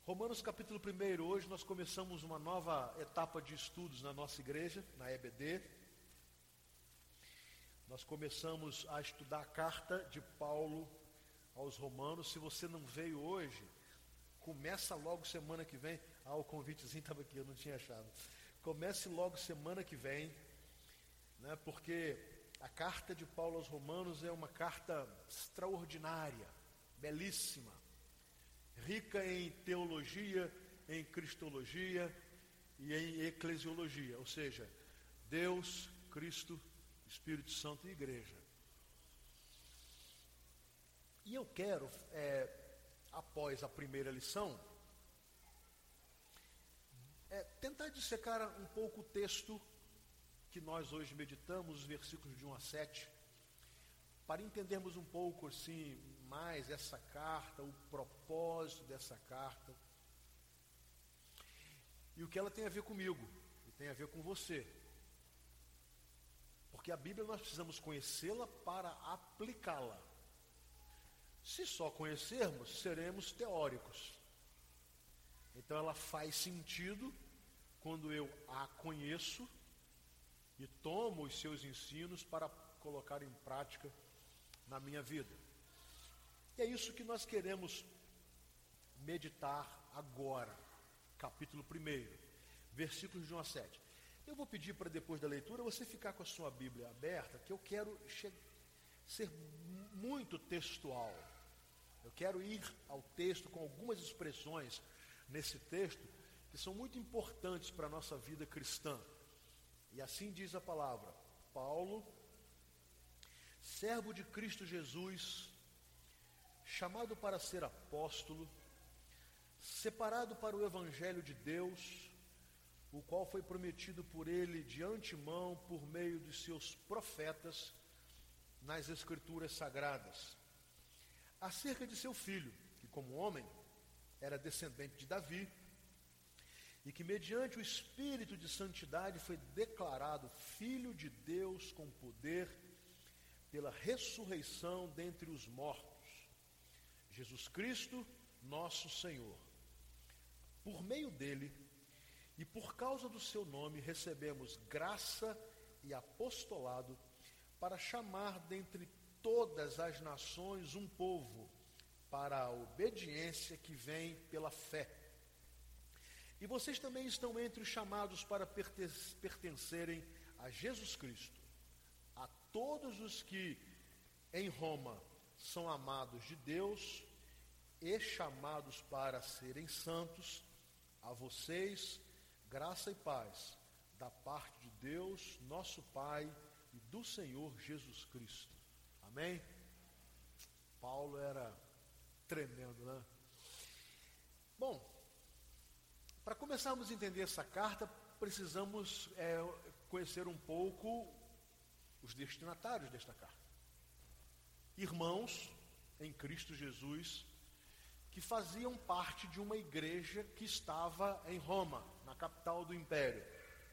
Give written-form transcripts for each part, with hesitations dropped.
Romanos capítulo 1, hoje nós começamos uma nova etapa de estudos na nossa igreja, na EBD. Nós começamos a estudar a carta de Paulo aos Romanos. Se você não veio hoje, começa logo semana que vem. O convitezinho estava aqui, eu não tinha achado. Comece logo semana que vem, né, porque a carta de Paulo aos Romanos é uma carta extraordinária, belíssima, rica em teologia, em cristologia e em eclesiologia, ou seja, Deus, Cristo, Espírito Santo e Igreja. E eu quero, após a primeira lição, tentar dissecar um pouco o texto que nós hoje meditamos, os versículos de 1 a 7, para entendermos um pouco assim mais essa carta, o propósito dessa carta e o que ela tem a ver comigo e tem a ver com você. Porque a Bíblia nós precisamos conhecê-la para aplicá-la. Se só conhecermos, seremos teóricos. Então ela faz sentido quando eu a conheço e tomo os seus ensinos para colocar em prática na minha vida. E é isso que nós queremos meditar agora, capítulo 1, versículos de 1 a 7. Eu vou pedir para depois da leitura você ficar com a sua Bíblia aberta, que eu quero ser muito textual. Eu quero ir ao texto com algumas expressões nesse texto que são muito importantes para a nossa vida cristã. E assim diz a palavra: Paulo, servo de Cristo Jesus, chamado para ser apóstolo, separado para o evangelho de Deus, o qual foi prometido por ele de antemão por meio dos seus profetas nas escrituras sagradas, acerca de seu filho, que como homem era descendente de Davi, e que mediante o Espírito de santidade foi declarado Filho de Deus com poder pela ressurreição dentre os mortos, Jesus Cristo, nosso Senhor. Por meio dele e por causa do seu nome recebemos graça e apostolado para chamar dentre todas as nações um povo para a obediência que vem pela fé. E vocês também estão entre os chamados para pertencerem a Jesus Cristo. A todos os que em Roma são amados de Deus e chamados para serem santos, a vocês graça e paz da parte de Deus, nosso Pai, e do Senhor Jesus Cristo. Amém? Paulo era tremendo, né? Bom, para começarmos a entender essa carta, precisamos conhecer um pouco os destinatários desta carta. Irmãos em Cristo Jesus, que faziam parte de uma igreja que estava em Roma, na capital do império.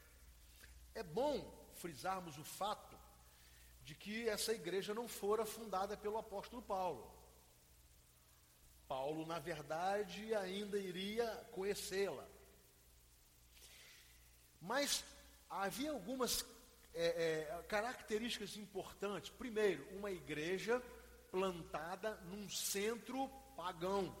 É bom frisarmos o fato de que essa igreja não fora fundada pelo apóstolo Paulo. Paulo, na verdade, ainda iria conhecê-la. Mas havia algumas características importantes. Primeiro, uma igreja plantada num centro pagão.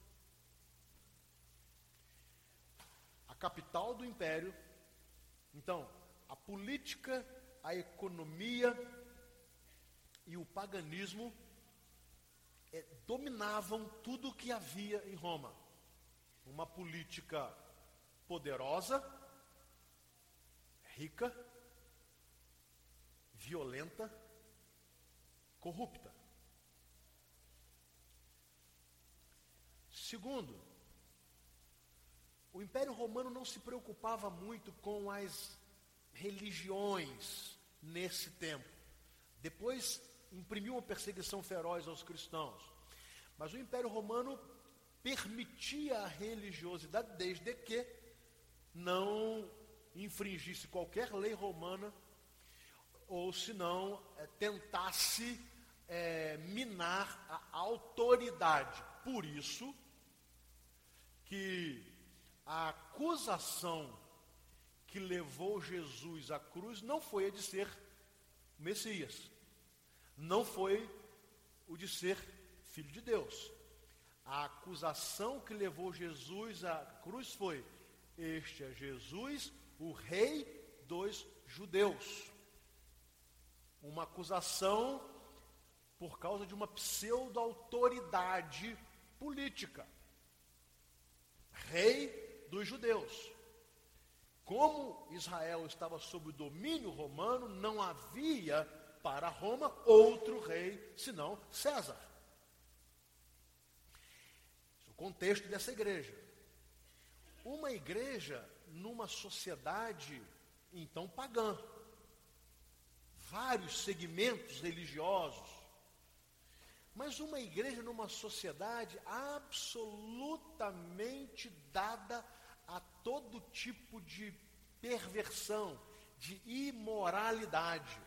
A capital do império. Então, a política, a economia e o paganismo dominavam tudo o que havia em Roma. Uma política poderosa, rica, violenta, corrupta. Segundo, o Império Romano não se preocupava muito com as religiões nesse tempo. Depois imprimiu uma perseguição feroz aos cristãos. Mas o Império Romano permitia a religiosidade desde que não infringisse qualquer lei romana ou se não tentasse minar a autoridade. Por isso que acusação que levou Jesus à cruz não foi a de ser Messias, não foi o de ser Filho de Deus. A acusação que levou Jesus à cruz foi: este é Jesus, o Rei dos Judeus. Uma acusação por causa de uma pseudo-autoridade política. Rei dos Judeus. Como Israel estava sob o domínio romano, não havia para Roma outro rei senão César. Esse é o contexto dessa igreja. Uma igreja numa sociedade então pagã. Vários segmentos religiosos. Mas uma igreja numa sociedade absolutamente dada a todo tipo de perversão, de imoralidade.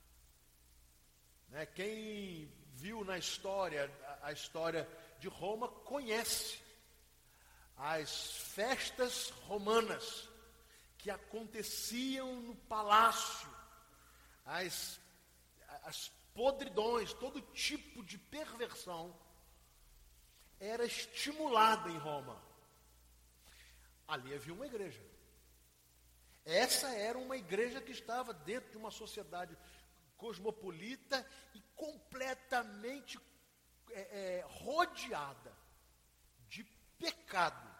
Né? Quem viu na história, a história de Roma, conhece as festas romanas que aconteciam no palácio, as podridões, todo tipo de perversão era estimulada em Roma. Ali havia uma igreja. Essa era uma igreja que estava dentro de uma sociedade cosmopolita e completamente rodeada de pecado.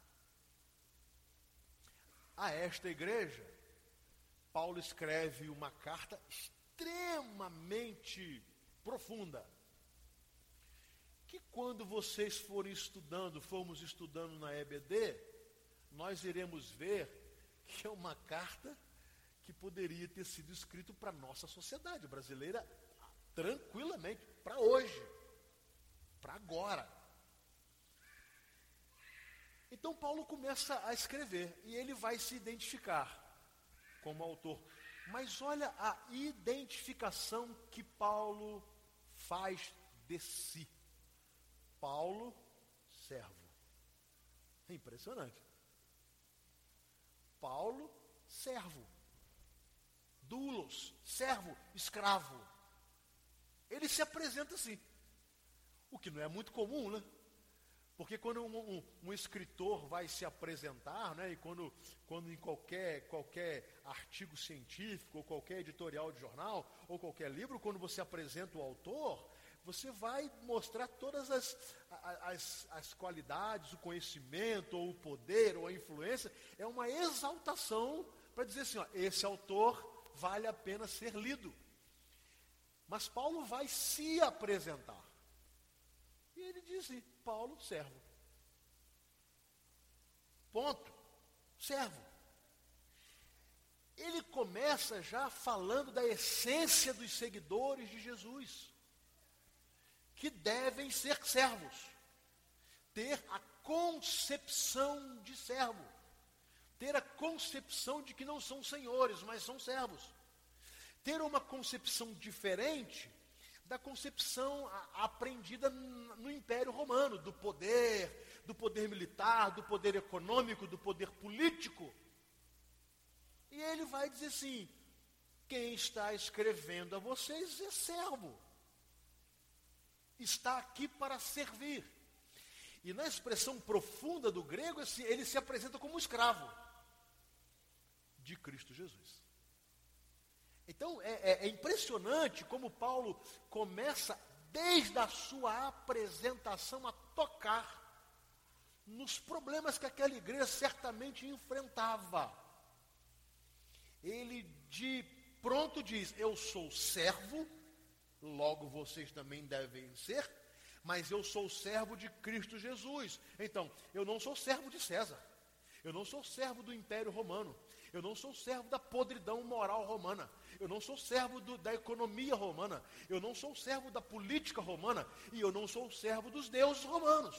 A esta igreja, Paulo escreve uma carta extremamente profunda, que quando vocês formos estudando na EBD, nós iremos ver que é uma carta que poderia ter sido escrita para a nossa sociedade brasileira tranquilamente, para hoje, para agora. Então Paulo começa a escrever e ele vai se identificar como autor. Mas olha a identificação que Paulo faz de si. Paulo, servo. É impressionante. Paulo, servo. Doulos, servo, escravo. Ele se apresenta assim. O que não é muito comum, né? Porque quando um escritor vai se apresentar, né, e quando em qualquer artigo científico, ou qualquer editorial de jornal, ou qualquer livro, quando você apresenta o autor, você vai mostrar todas as qualidades, o conhecimento, ou o poder, ou a influência. É uma exaltação para dizer assim, ó, esse autor vale a pena ser lido. Mas Paulo vai se apresentar. E ele diz assim, Paulo, servo. Ponto. Servo. Ele começa já falando da essência dos seguidores de Jesus, que devem ser servos, ter a concepção de servo, ter a concepção de que não são senhores, mas são servos, ter uma concepção diferente da concepção aprendida no Império Romano, do poder militar, do poder econômico, do poder político. E ele vai dizer assim, quem está escrevendo a vocês é servo. Está aqui para servir. E na expressão profunda do grego, ele se apresenta como escravo de Cristo Jesus. Então, é impressionante como Paulo começa, desde a sua apresentação, a tocar nos problemas que aquela igreja certamente enfrentava. Ele de pronto diz, eu sou servo, logo vocês também devem ser, mas eu sou servo de Cristo Jesus. Então, eu não sou servo de César, eu não sou servo do Império Romano, eu não sou servo da podridão moral romana, eu não sou servo da economia romana, eu não sou servo da política romana, e eu não sou servo dos deuses romanos.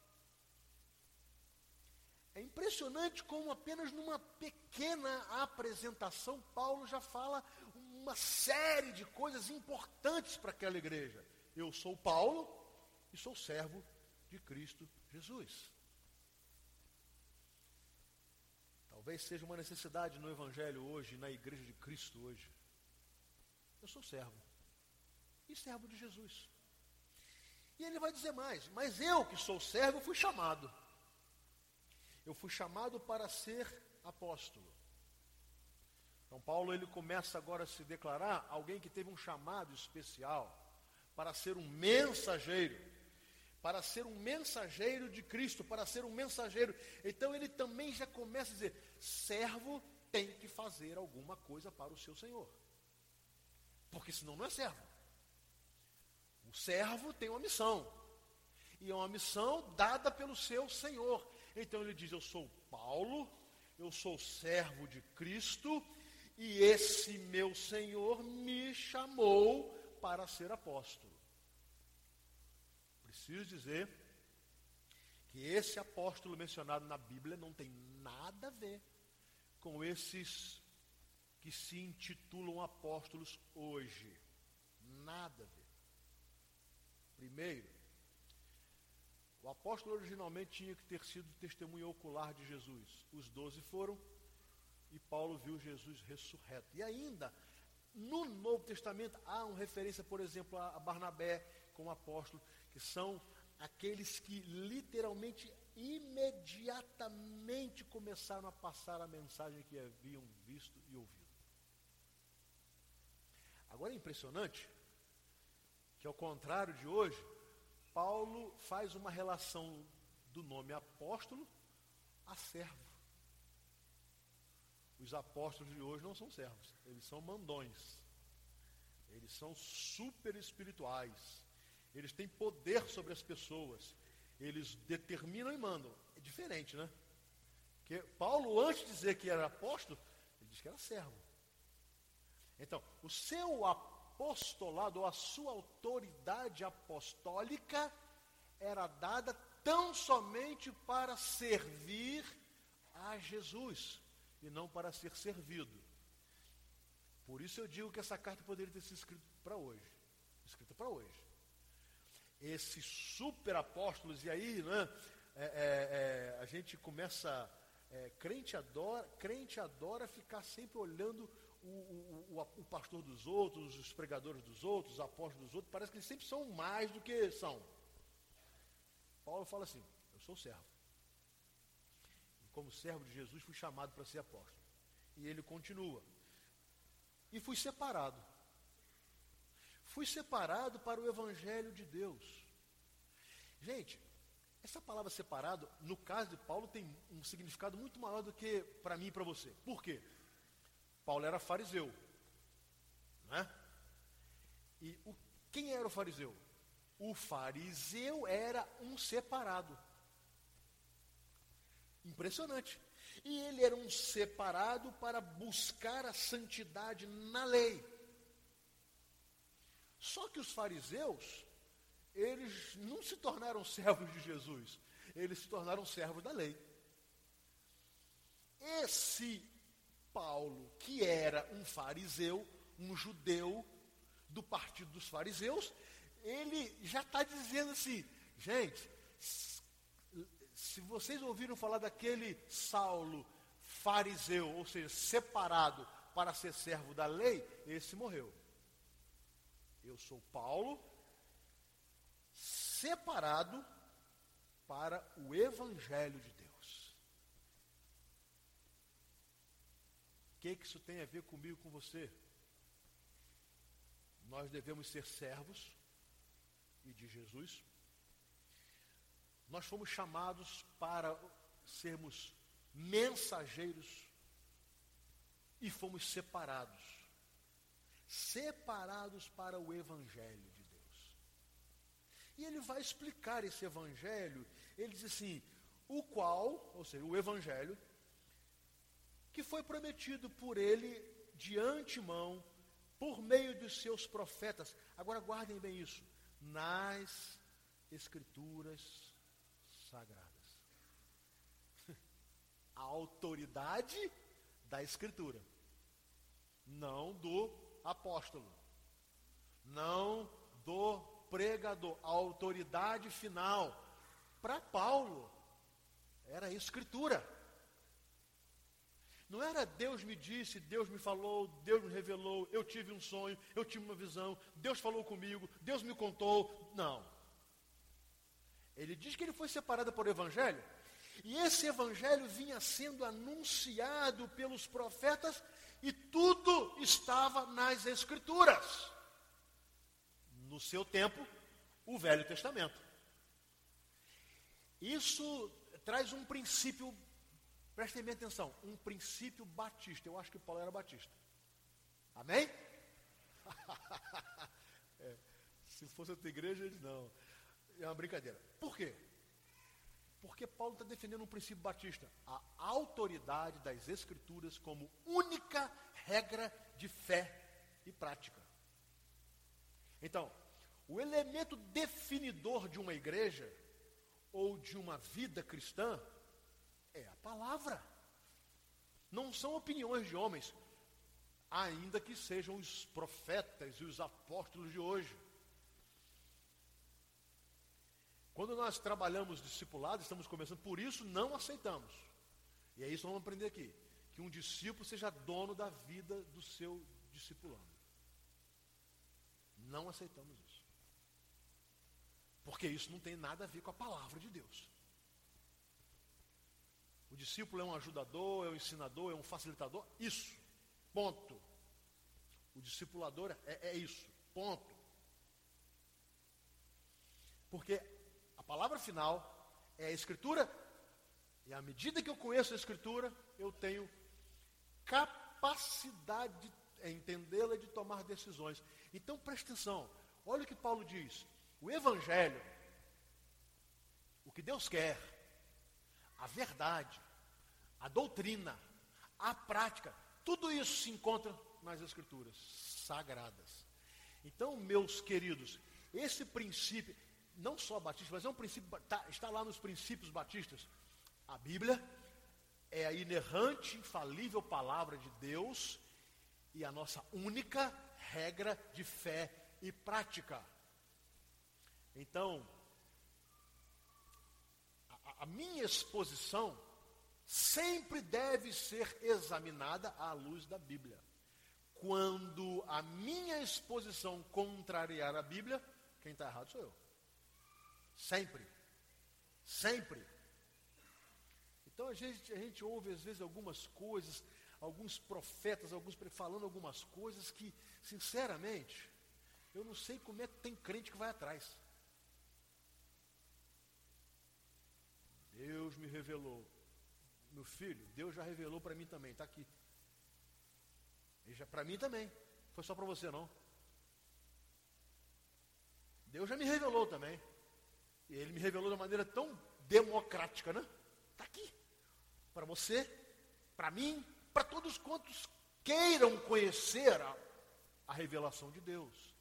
É impressionante como apenas numa pequena apresentação, Paulo já fala uma série de coisas importantes para aquela igreja. Eu sou Paulo e sou servo de Cristo Jesus. Talvez seja uma necessidade no Evangelho hoje, na igreja de Cristo hoje. Eu sou servo. E servo de Jesus. E ele vai dizer mais, mas eu que sou servo, fui chamado. Eu fui chamado para ser apóstolo. Então Paulo, ele começa agora a se declarar alguém que teve um chamado especial para ser um mensageiro. Para ser um mensageiro de Cristo, para ser um mensageiro. Então ele também já começa a dizer, servo tem que fazer alguma coisa para o seu Senhor. Porque senão não é servo. O servo tem uma missão. E é uma missão dada pelo seu Senhor. Então ele diz, eu sou Paulo, eu sou servo de Cristo, e esse meu Senhor me chamou para ser apóstolo. Preciso dizer que esse apóstolo mencionado na Bíblia não tem nada a ver com esses que se intitulam apóstolos hoje. Nada a ver. Primeiro, o apóstolo originalmente tinha que ter sido testemunha ocular de Jesus. Os 12 foram e Paulo viu Jesus ressurreto. E ainda, no Novo Testamento, há uma referência, por exemplo, a Barnabé como apóstolo, que são aqueles que literalmente, imediatamente começaram a passar a mensagem que haviam visto e ouvido. Agora é impressionante que, ao contrário de hoje, Paulo faz uma relação do nome apóstolo a servo. Os apóstolos de hoje não são servos, eles são mandões. Eles são super espirituais. Eles têm poder sobre as pessoas. Eles determinam e mandam. É diferente, né? Porque Paulo, antes de dizer que era apóstolo, ele disse que era servo. Então, o seu apostolado, ou a sua autoridade apostólica, era dada tão somente para servir a Jesus, e não para ser servido. Por isso eu digo que essa carta poderia ter sido escrita para hoje. Escrita para hoje. Esses super apóstolos, e aí, né, a gente começa, crente adora ficar sempre olhando o pastor dos outros, os pregadores dos outros, os apóstolos dos outros, parece que eles sempre são mais do que são. Paulo fala assim, eu sou servo. E como servo de Jesus fui chamado para ser apóstolo. E ele continua. E fui separado. Fui separado para o Evangelho de Deus. Gente, essa palavra separado, no caso de Paulo, tem um significado muito maior do que para mim e para você. Por quê? Paulo era fariseu. Né? E quem era o fariseu? O fariseu era um separado. Impressionante. E ele era um separado para buscar a santidade na lei. Só que os fariseus, eles não se tornaram servos de Jesus, eles se tornaram servos da lei. Esse Paulo, que era um fariseu, um judeu do partido dos fariseus, ele já está dizendo assim, gente, se vocês ouviram falar daquele Saulo fariseu, ou seja, separado para ser servo da lei, esse morreu. Eu sou Paulo, separado para o Evangelho de Deus. O que isso tem a ver comigo, com você? Nós devemos ser servos e de Jesus. Nós fomos chamados para sermos mensageiros e fomos separados para o Evangelho de Deus. E ele vai explicar esse Evangelho, ele diz assim, o qual, ou seja, o Evangelho, que foi prometido por ele de antemão, por meio dos seus profetas. Agora guardem bem isso, nas Escrituras Sagradas. A autoridade da Escritura, não do apóstolo, não do pregador. A autoridade final para Paulo era a Escritura. Não era Deus me disse, Deus me falou, Deus me revelou, eu tive um sonho, eu tive uma visão, Deus falou comigo, Deus me contou. Não. Ele diz que ele foi separado por evangelho, e esse evangelho vinha sendo anunciado pelos profetas, e tudo estava nas Escrituras. No seu tempo, o Velho Testamento. Isso traz um princípio, prestem bem atenção, um princípio batista. Eu acho que Paulo era batista. Amém? Se fosse outra igreja, eles não. É uma brincadeira. Por quê? Porque Paulo está defendendo um princípio batista. A autoridade das Escrituras como única regra de fé e prática. Então, o elemento definidor de uma igreja ou de uma vida cristã é a palavra. Não são opiniões de homens, ainda que sejam os profetas e os apóstolos de hoje. Quando nós trabalhamos discipulado, estamos começando, por isso não aceitamos. E é isso que vamos aprender aqui, que um discípulo seja dono da vida do seu discipulando. Não aceitamos isso. Porque isso não tem nada a ver com a palavra de Deus. O discípulo é um ajudador, é um ensinador, é um facilitador. Isso. Ponto. O discipulador é isso. Ponto. Porque a palavra final é a Escritura. E à medida que eu conheço a Escritura, eu tenho capacidade de entendê-la e de tomar decisões. Então preste atenção. Olha o que Paulo diz. O Evangelho, o que Deus quer, a verdade, a doutrina, a prática, tudo isso se encontra nas Escrituras sagradas. Então, meus queridos, esse princípio, não só batista, mas é um princípio, está lá nos princípios batistas. A Bíblia é a inerrante, infalível palavra de Deus e a nossa única regra de fé e prática. Então, a minha exposição sempre deve ser examinada à luz da Bíblia. Quando a minha exposição contrariar a Bíblia, quem está errado sou eu. Sempre. Sempre. Então a gente ouve às vezes algumas coisas, alguns profetas, falando algumas coisas que, sinceramente, eu não sei como é que tem crente que vai atrás. Deus me revelou. Meu filho, Deus já revelou para mim também, está aqui. Para mim também. Foi só para você não. Deus já me revelou também. E Ele me revelou de uma maneira tão democrática, né? Está aqui. Para você, para mim, para todos quantos queiram conhecer a revelação de Deus.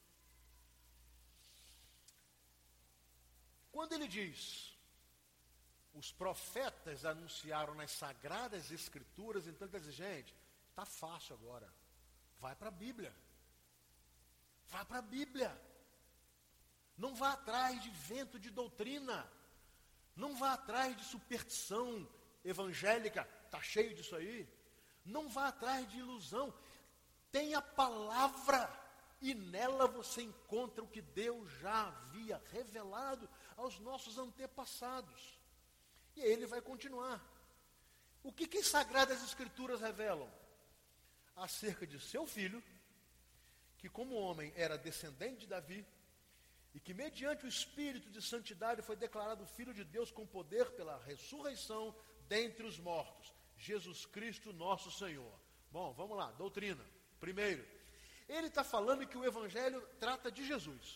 Quando Ele diz, os profetas anunciaram nas sagradas escrituras, então ele diz, gente, está fácil agora. Vai para a Bíblia. Vai para a Bíblia. Não vá atrás de vento de doutrina. Não vá atrás de superstição evangélica. Está cheio disso aí. Não vá atrás de ilusão. Tem a palavra e nela você encontra o que Deus já havia revelado aos nossos antepassados. E aí ele vai continuar. O que as Sagradas Escrituras revelam? Acerca de seu filho, que como homem era descendente de Davi, e que mediante o Espírito de santidade foi declarado Filho de Deus com poder pela ressurreição dentre os mortos. Jesus Cristo nosso Senhor. Bom, vamos lá, doutrina. Primeiro, ele está falando que o Evangelho trata de Jesus.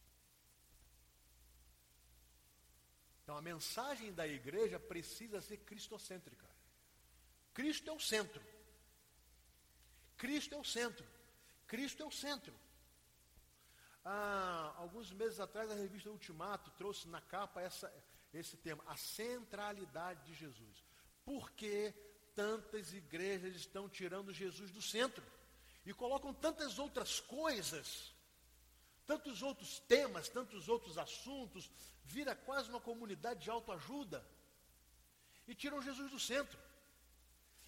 Então a mensagem da igreja precisa ser cristocêntrica. Cristo é o centro. Cristo é o centro. Cristo é o centro. Alguns meses atrás a revista Ultimato trouxe na capa esse tema, a centralidade de Jesus. Por que tantas igrejas estão tirando Jesus do centro? E colocam tantas outras coisas, tantos outros temas, tantos outros assuntos, vira quase uma comunidade de autoajuda. E tiram Jesus do centro.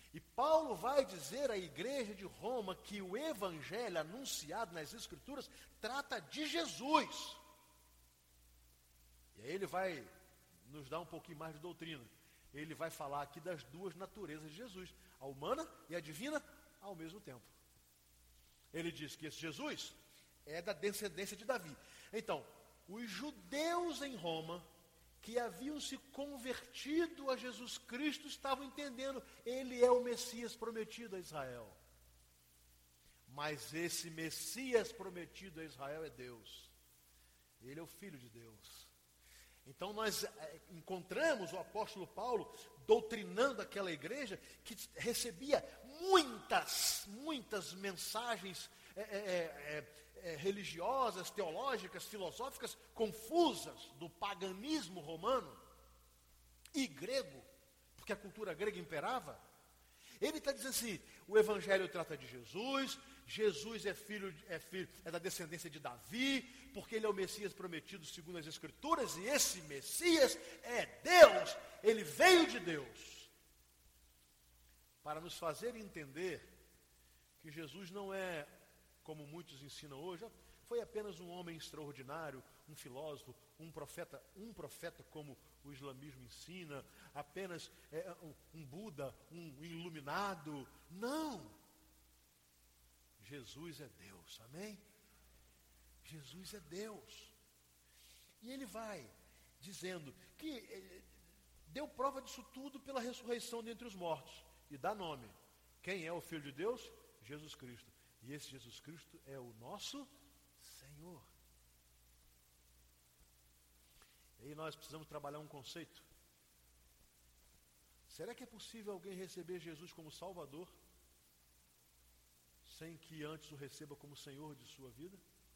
E Paulo vai dizer à igreja de Roma que o evangelho anunciado nas Escrituras trata de Jesus. E aí ele vai nos dar um pouquinho mais de doutrina. Ele vai falar aqui das duas naturezas de Jesus, a humana e a divina ao mesmo tempo. Ele diz que esse Jesus é da descendência de Davi. Então, os judeus em Roma, que haviam se convertido a Jesus Cristo, estavam entendendo, ele é o Messias prometido a Israel. Mas esse Messias prometido a Israel é Deus. Ele é o Filho de Deus. Então nós encontramos o apóstolo Paulo doutrinando aquela igreja que recebia muitas mensagens religiosas, teológicas, filosóficas, confusas do paganismo romano e grego, porque a cultura grega imperava. Ele está dizendo assim, o evangelho trata de Jesus, Jesus é da descendência de Davi, porque ele é o Messias prometido segundo as Escrituras, e esse Messias é Deus, ele veio de Deus. Para nos fazer entender que Jesus não é, como muitos ensinam hoje, foi apenas um homem extraordinário, um filósofo, um profeta como o islamismo ensina, apenas um Buda, um iluminado. Não! Jesus é Deus, amém? Jesus é Deus. E ele vai dizendo que deu prova disso tudo pela ressurreição dentre os mortos. E dá nome. Quem é o Filho de Deus? Jesus Cristo. E esse Jesus Cristo é o nosso Senhor. E aí nós precisamos trabalhar um conceito. Será que é possível alguém receber Jesus como Salvador sem que antes o receba como Senhor de sua vida?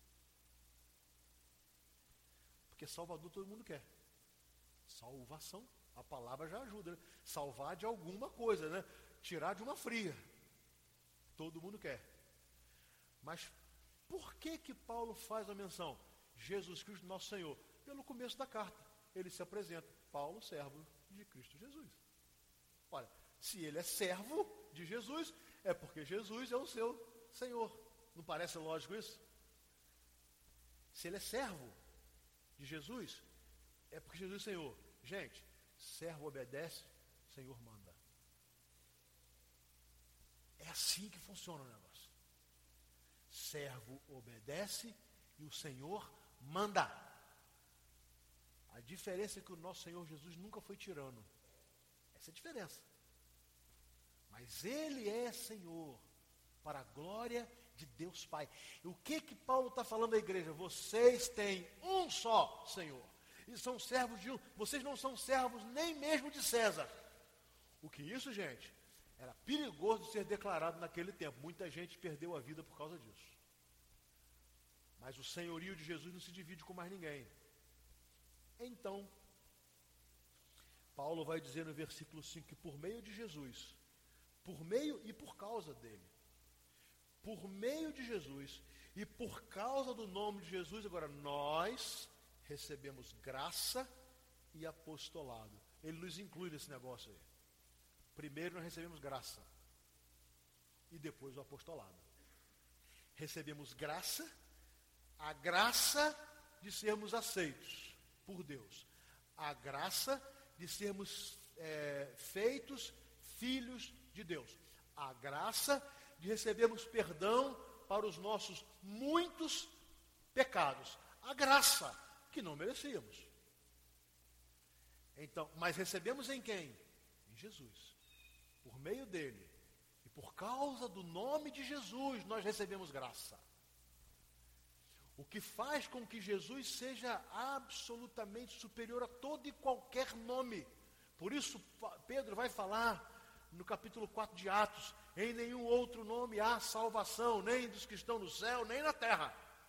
Porque Salvador todo mundo quer. Salvação, a palavra já ajuda, né? Salvar de alguma coisa, né? Tirar de uma fria. Todo mundo quer. Mas por que Paulo faz a menção? Jesus Cristo, nosso Senhor. Pelo começo da carta, ele se apresenta, Paulo, servo de Cristo Jesus. Olha, se ele é servo de Jesus, é porque Jesus é o seu Senhor. Não parece lógico isso? Se ele é servo de Jesus, é porque Jesus é Senhor. Gente, servo obedece, Senhor manda. É assim que funciona o negócio. Servo obedece e o Senhor manda. A diferença é que o nosso Senhor Jesus nunca foi tirano. Essa é a diferença. Mas Ele é Senhor, para a glória de Deus Pai. E o que Paulo está falando à igreja? Vocês têm um só Senhor. E são servos de um. Vocês não são servos nem mesmo de César. O que isso, gente, era perigoso de ser declarado naquele tempo. Muita gente perdeu a vida por causa disso. Mas o senhorio de Jesus não se divide com mais ninguém. Então, Paulo vai dizer no versículo 5 que por meio de Jesus, por meio e por causa dele, por meio de Jesus e por causa do nome de Jesus, agora nós recebemos graça e apostolado. Ele nos inclui nesse negócio aí. Primeiro nós recebemos graça e depois o apostolado. Recebemos graça, a graça de sermos aceitos por Deus, a graça de sermos feitos filhos de Deus, a graça de recebermos perdão para os nossos muitos pecados, a graça que não merecíamos. Então, mas recebemos em quem? Em Jesus. Por meio dele e por causa do nome de Jesus nós recebemos graça. O que faz com que Jesus seja absolutamente superior a todo e qualquer nome. Por isso Pedro vai falar no capítulo 4 de Atos, em nenhum outro nome há salvação, nem dos que estão no céu, nem na terra.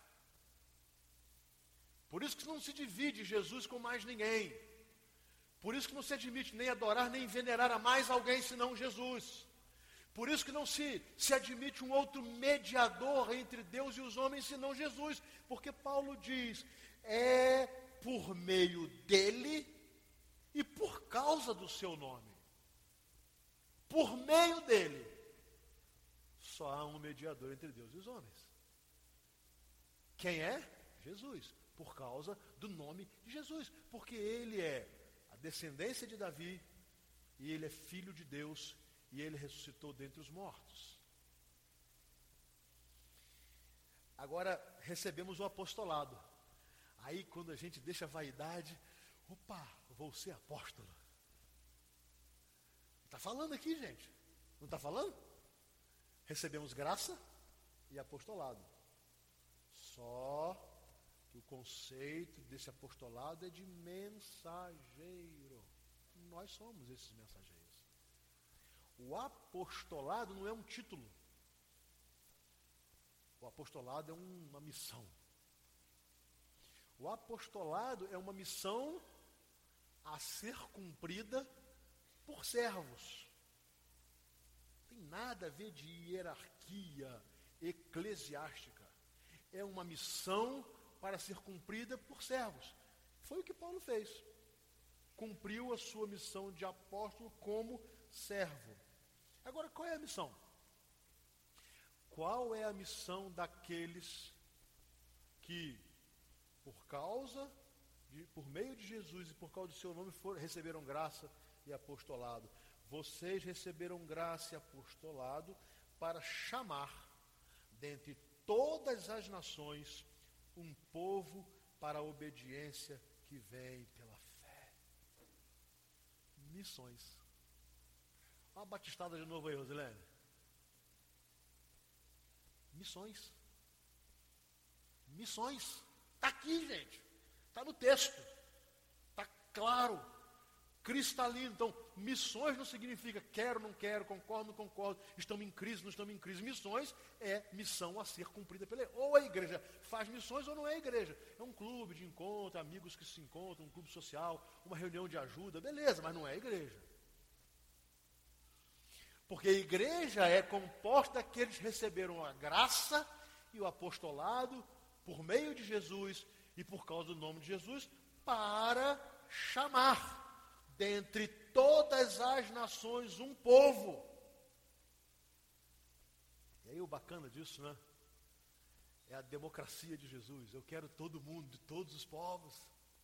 Por isso que não se divide Jesus com mais ninguém. Por isso que não se admite nem adorar, nem venerar a mais alguém senão Jesus. Por isso que não se admite um outro mediador entre Deus e os homens senão Jesus. Porque Paulo diz, é por meio dele e por causa do seu nome. Por meio meio dele, só há um mediador entre Deus e os homens. Quem é? Jesus, por causa do nome de Jesus, porque ele é a descendência de Davi, e ele é filho de Deus, e ele ressuscitou dentre os mortos. Agora recebemos o apostolado. Aí quando a gente deixa a vaidade, opa, vou ser apóstolo. Está falando aqui, gente? Não está falando? Recebemos graça e apostolado. Só que o conceito desse apostolado é de mensageiro. Nós somos esses mensageiros. O apostolado não é um título. O apostolado é uma missão. O apostolado é uma missão a ser cumprida por servos. Não tem nada a ver de hierarquia eclesiástica. É uma missão para ser cumprida por servos. Foi o que Paulo fez. Cumpriu a sua missão de apóstolo como servo. Agora, qual é a missão? Qual é a missão daqueles que, por meio de Jesus e por causa do seu nome, receberam graça e apostolado? Vocês receberam graça e apostolado para chamar, dentre todas as nações, um povo para a obediência que vem pela fé. Missões. Olha a batistada de novo aí, Rosilene. Missões. Missões. Está aqui, gente. Está no texto. Está claro. Cristalino. Então, missões não significa quero, não quero, concordo, não concordo, estamos em crise, não estamos em crise. Missões é missão a ser cumprida pela... Ou a igreja faz missões ou não é a igreja. É um clube de encontro, amigos que se encontram, um clube social, uma reunião de ajuda, beleza, mas não é a igreja. Porque a igreja é composta daqueles que receberam a graça e o apostolado por meio de Jesus e por causa do nome de Jesus para chamar dentre todas as nações um povo. E aí o bacana disso, né? É a democracia de Jesus. Eu quero todo mundo, de todos os povos.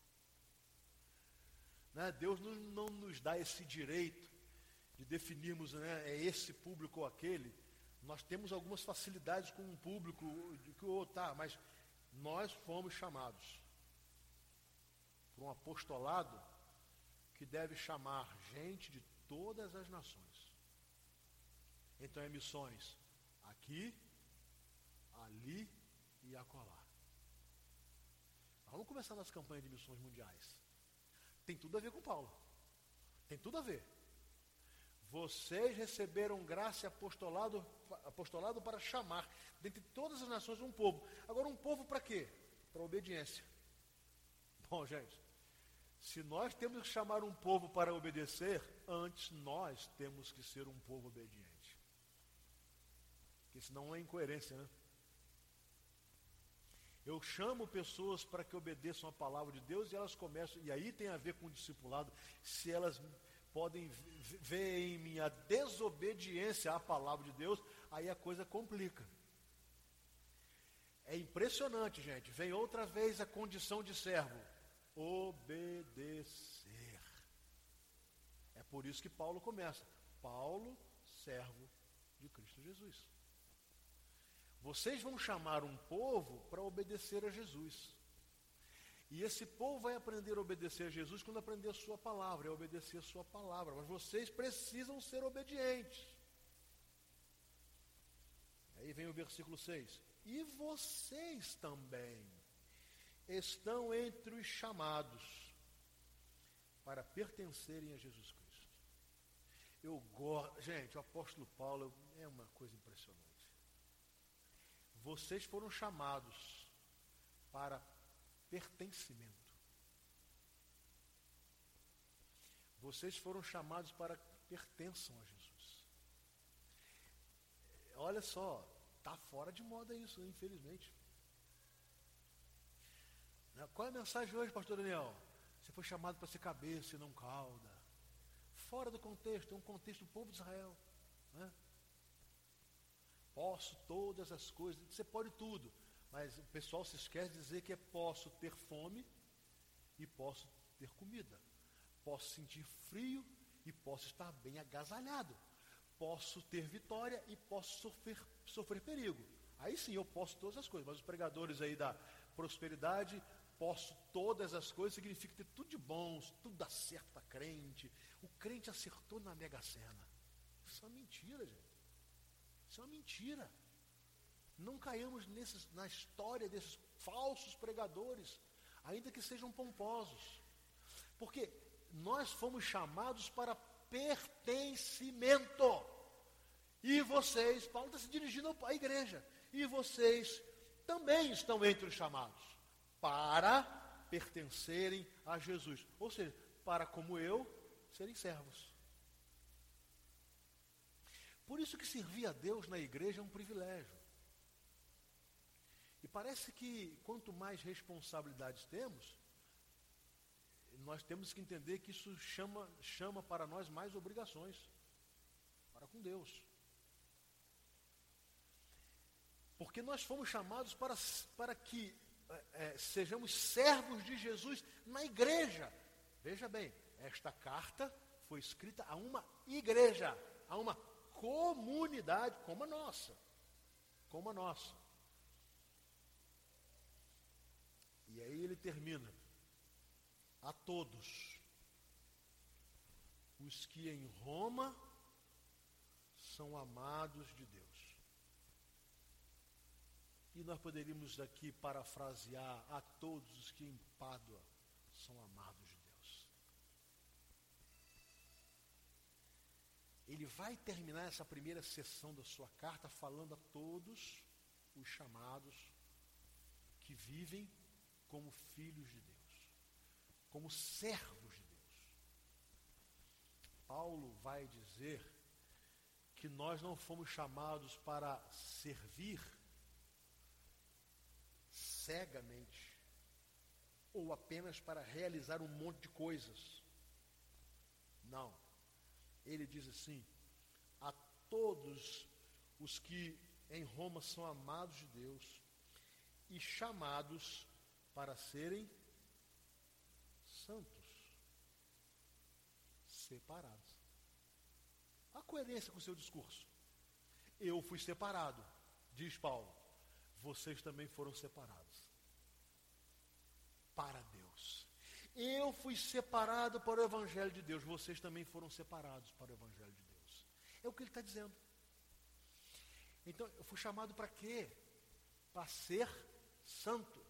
Né? Deus não nos dá esse direito de definirmos, né, é esse público ou aquele. Nós temos algumas facilidades com um público que o outro, tá, mas nós fomos chamados por um apostolado que deve chamar gente de todas as nações. Então é missões aqui, ali e acolá. Vamos começar nossa campanha de missões mundiais. Tem tudo a ver com Paulo. Tem tudo a ver. Vocês receberam graça e apostolado para chamar dentre todas as nações um povo. Agora, um povo para quê? Para obediência. Bom, gente, se nós temos que chamar um povo para obedecer, antes nós temos que ser um povo obediente. Porque senão é incoerência, né? Eu chamo pessoas para que obedeçam a palavra de Deus e elas começam, e aí tem a ver com o discipulado, se elas podem ver em mim a desobediência à palavra de Deus, aí a coisa complica. É impressionante, gente. Vem outra vez a condição de servo. Obedecer. É por isso que Paulo começa. Paulo, servo de Cristo Jesus. Vocês vão chamar um povo para obedecer a Jesus. E esse povo vai aprender a obedecer a Jesus quando aprender a sua palavra, é obedecer a sua palavra. Mas vocês precisam ser obedientes. Aí vem o versículo 6. E vocês também estão entre os chamados para pertencerem a Jesus Cristo. Eu gosto, gente, o apóstolo Paulo é uma coisa impressionante. Vocês foram chamados para pertencimento. Vocês foram chamados para que pertençam a Jesus. Olha só, está fora de moda isso, infelizmente. Qual é a mensagem hoje, pastor Daniel? Você foi chamado para ser cabeça e não cauda. Fora do contexto, é um contexto do povo de Israel. né? Posso todas as coisas, você pode tudo, mas o pessoal se esquece de dizer que posso ter fome e posso ter comida, posso sentir frio e posso estar bem agasalhado, posso ter vitória e posso sofrer perigo. Aí sim eu posso todas as coisas, mas os pregadores aí da prosperidade, posso todas as coisas, significa ter tudo de bom, tudo dá certo para crente. O crente acertou na Mega Sena. Isso é uma mentira, gente. Isso é uma mentira. Não caiamos na história desses falsos pregadores, ainda que sejam pomposos. Porque nós fomos chamados para pertencimento. E vocês, Paulo está se dirigindo à igreja, e vocês também estão entre os chamados para pertencerem a Jesus. Ou seja, para, como eu, serem servos. Por isso que servir a Deus na igreja é um privilégio. E parece que quanto mais responsabilidades temos, nós temos que entender que isso chama para nós mais obrigações para com Deus. Porque nós fomos chamados para que sejamos servos de Jesus na igreja. Veja bem, esta carta foi escrita a uma igreja, a uma comunidade como a nossa. Como a nossa. E aí ele termina. A todos os que em Roma são amados de Deus. E nós poderíamos aqui parafrasear: a todos os que em Pádua são amados de Deus. Ele vai terminar essa primeira sessão da sua carta falando a todos os chamados que vivem como filhos de Deus, como servos de Deus. Paulo vai dizer que nós não fomos chamados para servir cegamente, ou apenas para realizar um monte de coisas. Não. Ele diz assim: a todos os que em Roma são amados de Deus e chamados para serem santos, separados. A coerência com o seu discurso. Eu fui separado, diz Paulo. Vocês também foram separados para Deus. Eu fui separado para o Evangelho de Deus. Vocês também foram separados para o Evangelho de Deus. É o que ele está dizendo. Então, eu fui chamado para quê? Para ser santo.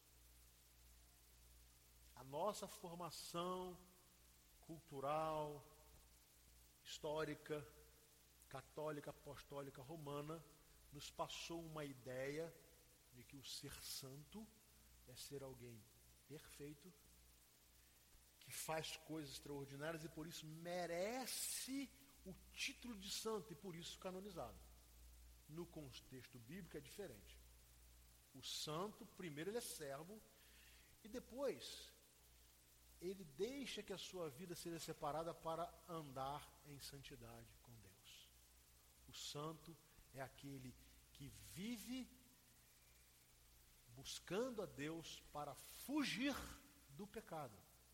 A nossa formação cultural, histórica, católica, apostólica, romana, nos passou uma ideia de que o ser santo é ser alguém perfeito, que faz coisas extraordinárias e por isso merece o título de santo e por isso canonizado. No contexto bíblico é diferente. O santo, primeiro ele é servo e depois ele deixa que a sua vida seja separada para andar em santidade com Deus. O santo é aquele que vive buscando a Deus para fugir do pecado.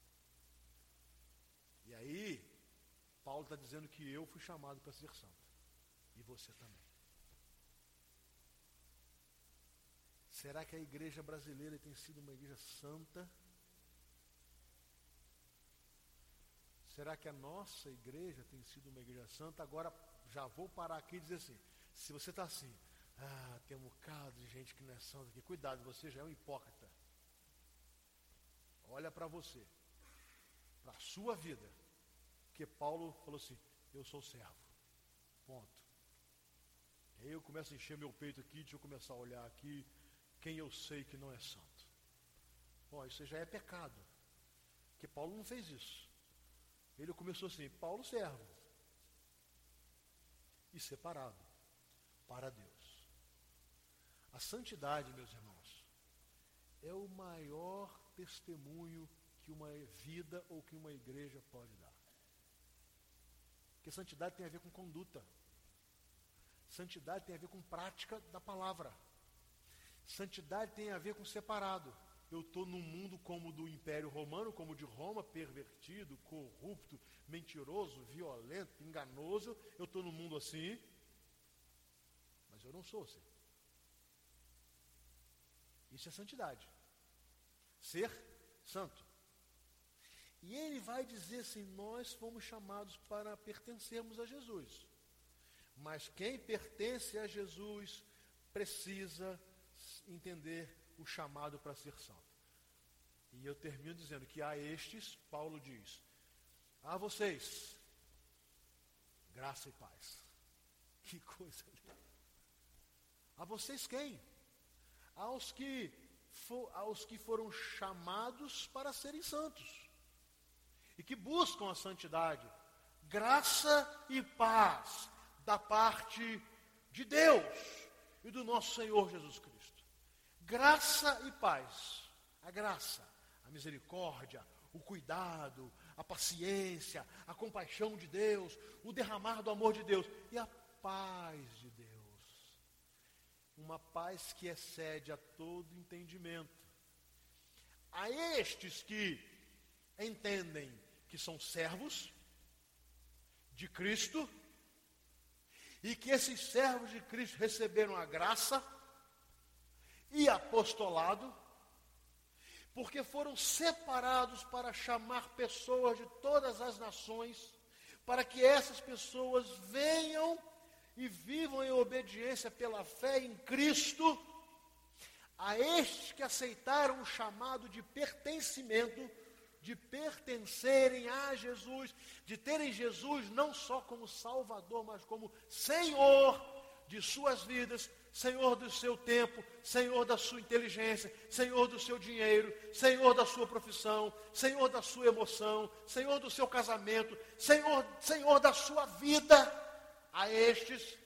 E aí, Paulo está dizendo que eu fui chamado para ser santo. E você também. Será que a igreja brasileira tem sido uma igreja santa? Será que a nossa igreja tem sido uma igreja santa? Agora, já vou parar aqui e dizer assim, se você está assim, tem um bocado de gente que não é santa aqui, cuidado, você já é um hipócrita. Olha para você, para a sua vida, porque Paulo falou assim, eu sou servo, ponto. E aí eu começo a encher meu peito aqui, deixa eu começar a olhar aqui, quem eu sei que não é santo. Bom, isso já é pecado, porque Paulo não fez isso. Ele começou assim, Paulo servo, e separado para Deus. A santidade, meus irmãos, é o maior testemunho que uma vida ou que uma igreja pode dar. Porque santidade tem a ver com conduta. Santidade tem a ver com prática da palavra. Santidade tem a ver com separado. Eu estou num mundo como o do Império Romano, como o de Roma, pervertido, corrupto, mentiroso, violento, enganoso. Eu estou num mundo assim, mas eu não sou assim. Isso é santidade. Ser santo. E ele vai dizer assim, nós fomos chamados para pertencermos a Jesus. Mas quem pertence a Jesus precisa entender o chamado para ser santo. E eu termino dizendo que a estes, Paulo diz, a vocês, graça e paz. Que coisa linda. A vocês quem? Aos que foram chamados para serem santos. E que buscam a santidade. Graça e paz da parte de Deus e do nosso Senhor Jesus Cristo. Graça e paz. A graça, a misericórdia, o cuidado, a paciência, a compaixão de Deus, o derramar do amor de Deus e a paz de Deus. Uma paz que excede a todo entendimento. A estes que entendem que são servos de Cristo e que esses servos de Cristo receberam a graça e apostolado, porque foram separados para chamar pessoas de todas as nações, para que essas pessoas venham e vivam em obediência pela fé em Cristo, a estes que aceitaram o chamado de pertencimento, de pertencerem a Jesus, de terem Jesus não só como Salvador, mas como Senhor de suas vidas, Senhor do seu tempo, Senhor da sua inteligência, Senhor do seu dinheiro, Senhor da sua profissão, Senhor da sua emoção, Senhor do seu casamento, Senhor da sua vida. A estes,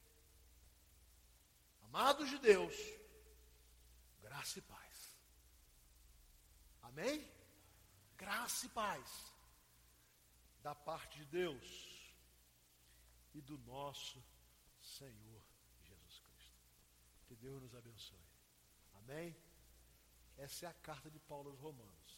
amados de Deus, graça e paz. Amém? Graça e paz da parte de Deus e do nosso Senhor Jesus Cristo. Que Deus nos abençoe. Amém? Essa é a carta de Paulo aos Romanos.